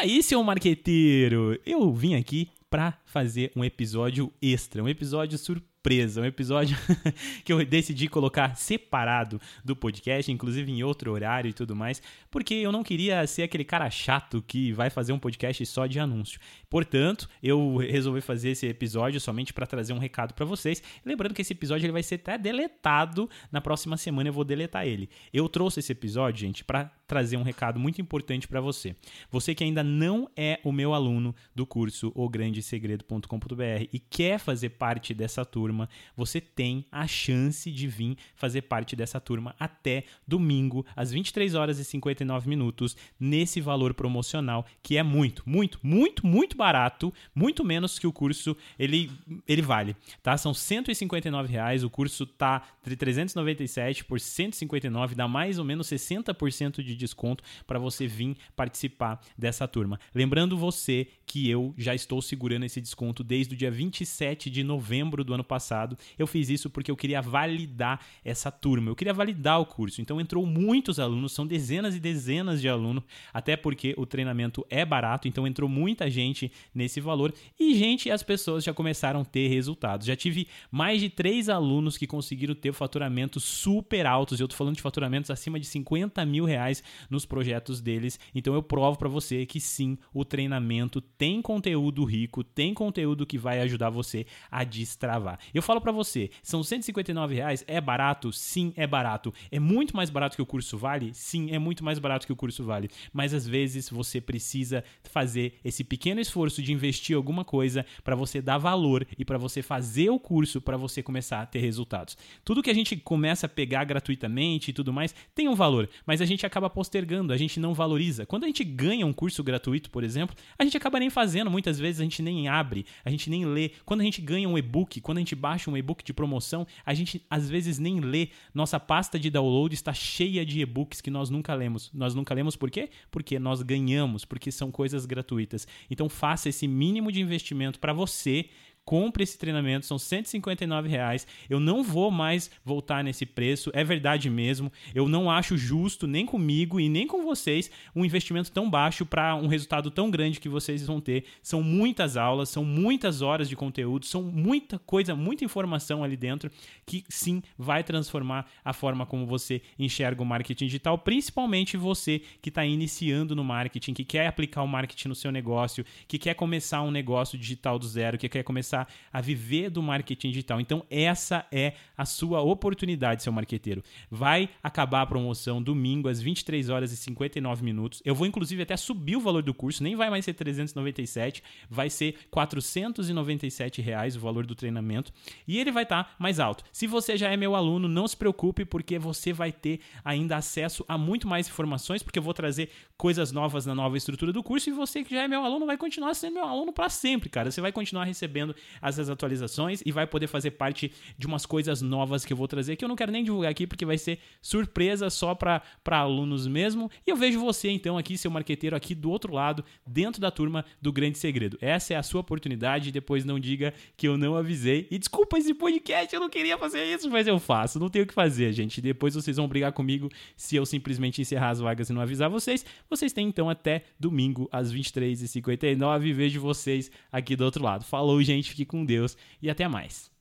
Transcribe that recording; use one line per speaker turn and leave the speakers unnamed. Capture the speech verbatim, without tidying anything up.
aí, seu marqueteiro? Eu vim aqui para fazer um episódio extra, um episódio surpresa, um episódio que eu decidi colocar separado do podcast, inclusive em outro horário e tudo mais, porque eu não queria ser aquele cara chato que vai fazer um podcast só de anúncio. Portanto, eu resolvi fazer esse episódio somente para trazer um recado para vocês. Lembrando que esse episódio ele vai ser até deletado, na próxima semana eu vou deletar ele. Eu trouxe esse episódio, gente, para trazer um recado muito importante para você. Você que ainda não é o meu aluno do curso o grande segredo ponto com ponto b r e quer fazer parte dessa turma, você tem a chance de vir fazer parte dessa turma até domingo, às vinte e três horas e cinquenta e nove minutos, nesse valor promocional, que é muito, muito, muito, muito barato, muito menos que o curso ele, ele vale, tá? São cento e cinquenta e nove reais, o curso tá de trezentos e noventa e sete por cento e cinquenta e nove, dá mais ou menos sessenta por cento de desconto para você vir participar dessa turma. Lembrando você que eu já estou segurando esse desconto desde o dia vinte e sete de novembro do ano passado. Eu fiz isso porque eu queria validar essa turma, eu queria validar o curso. Então entrou muitos alunos, são dezenas e dezenas de alunos, até porque o treinamento é barato, então entrou muita gente nesse valor e, gente, as pessoas já começaram a ter resultados. Já tive mais de três alunos que conseguiram ter faturamentos super altos, eu estou falando de faturamentos acima de cinquenta mil reais nos projetos deles. Então eu provo para você que sim, o treinamento tem conteúdo rico, tem conteúdo que vai ajudar você a destravar. Eu falo para você, são cento e cinquenta e nove reais, é barato? Sim, é barato. É muito mais barato que o curso vale? Sim, é muito mais barato que o curso vale. Mas às vezes você precisa fazer esse pequeno esforço de investir alguma coisa para você dar valor e para você fazer o curso para você começar a ter resultados. Tudo que a gente começa a pegar gratuitamente e tudo mais tem um valor, mas a gente acaba postergando, a gente não valoriza. Quando a gente ganha um curso gratuito, por exemplo, a gente acaba nem fazendo, muitas vezes a gente nem abre, a gente nem lê. Quando a gente ganha um e-book, quando a gente baixa um e-book de promoção, a gente às vezes nem lê. Nossa pasta de download está cheia de e-books que nós nunca lemos. Nós nunca lemos por quê? Porque nós ganhamos, porque são coisas gratuitas. Então faça esse mínimo de investimento para você. Compre esse treinamento, são cento e cinquenta e nove reais. Eu não vou mais voltar nesse preço, é verdade mesmo. Eu não acho justo, nem comigo e nem com vocês, um investimento tão baixo para um resultado tão grande que vocês vão ter. São muitas aulas, são muitas horas de conteúdo, são muita coisa, muita informação ali dentro que sim vai transformar a forma como você enxerga o marketing digital, principalmente você que está iniciando no marketing, que quer aplicar o marketing no seu negócio, que quer começar um negócio digital do zero, que quer começar a viver do marketing digital. Então essa é a sua oportunidade, seu marqueteiro. Vai acabar a promoção domingo às vinte e três horas e cinquenta e nove minutos. Eu vou inclusive até subir o valor do curso, nem vai mais ser trezentos e noventa e sete, vai ser quatrocentos e noventa e sete reais o valor do treinamento e ele vai estar mais alto. Se você já é meu aluno, não se preocupe, porque você vai ter ainda acesso a muito mais informações, porque eu vou trazer coisas novas na nova estrutura do curso e você que já é meu aluno vai continuar sendo meu aluno para sempre, cara. Você vai continuar recebendo essas atualizações e vai poder fazer parte de umas coisas novas que eu vou trazer, que eu não quero nem divulgar aqui, porque vai ser surpresa só para alunos mesmo. E eu vejo você, então, aqui, seu marqueteiro, aqui do outro lado, dentro da turma do Grande Segredo. Essa é a sua oportunidade, depois não diga que eu não avisei. E desculpa esse podcast, eu não queria fazer isso, mas eu faço. Não tenho o que fazer, gente. Depois vocês vão brigar comigo se eu simplesmente encerrar as vagas e não avisar vocês. Vocês têm, então, até domingo, às vinte e três e cinquenta e nove. Vejo vocês aqui do outro lado. Falou, gente. Fique com Deus e até mais.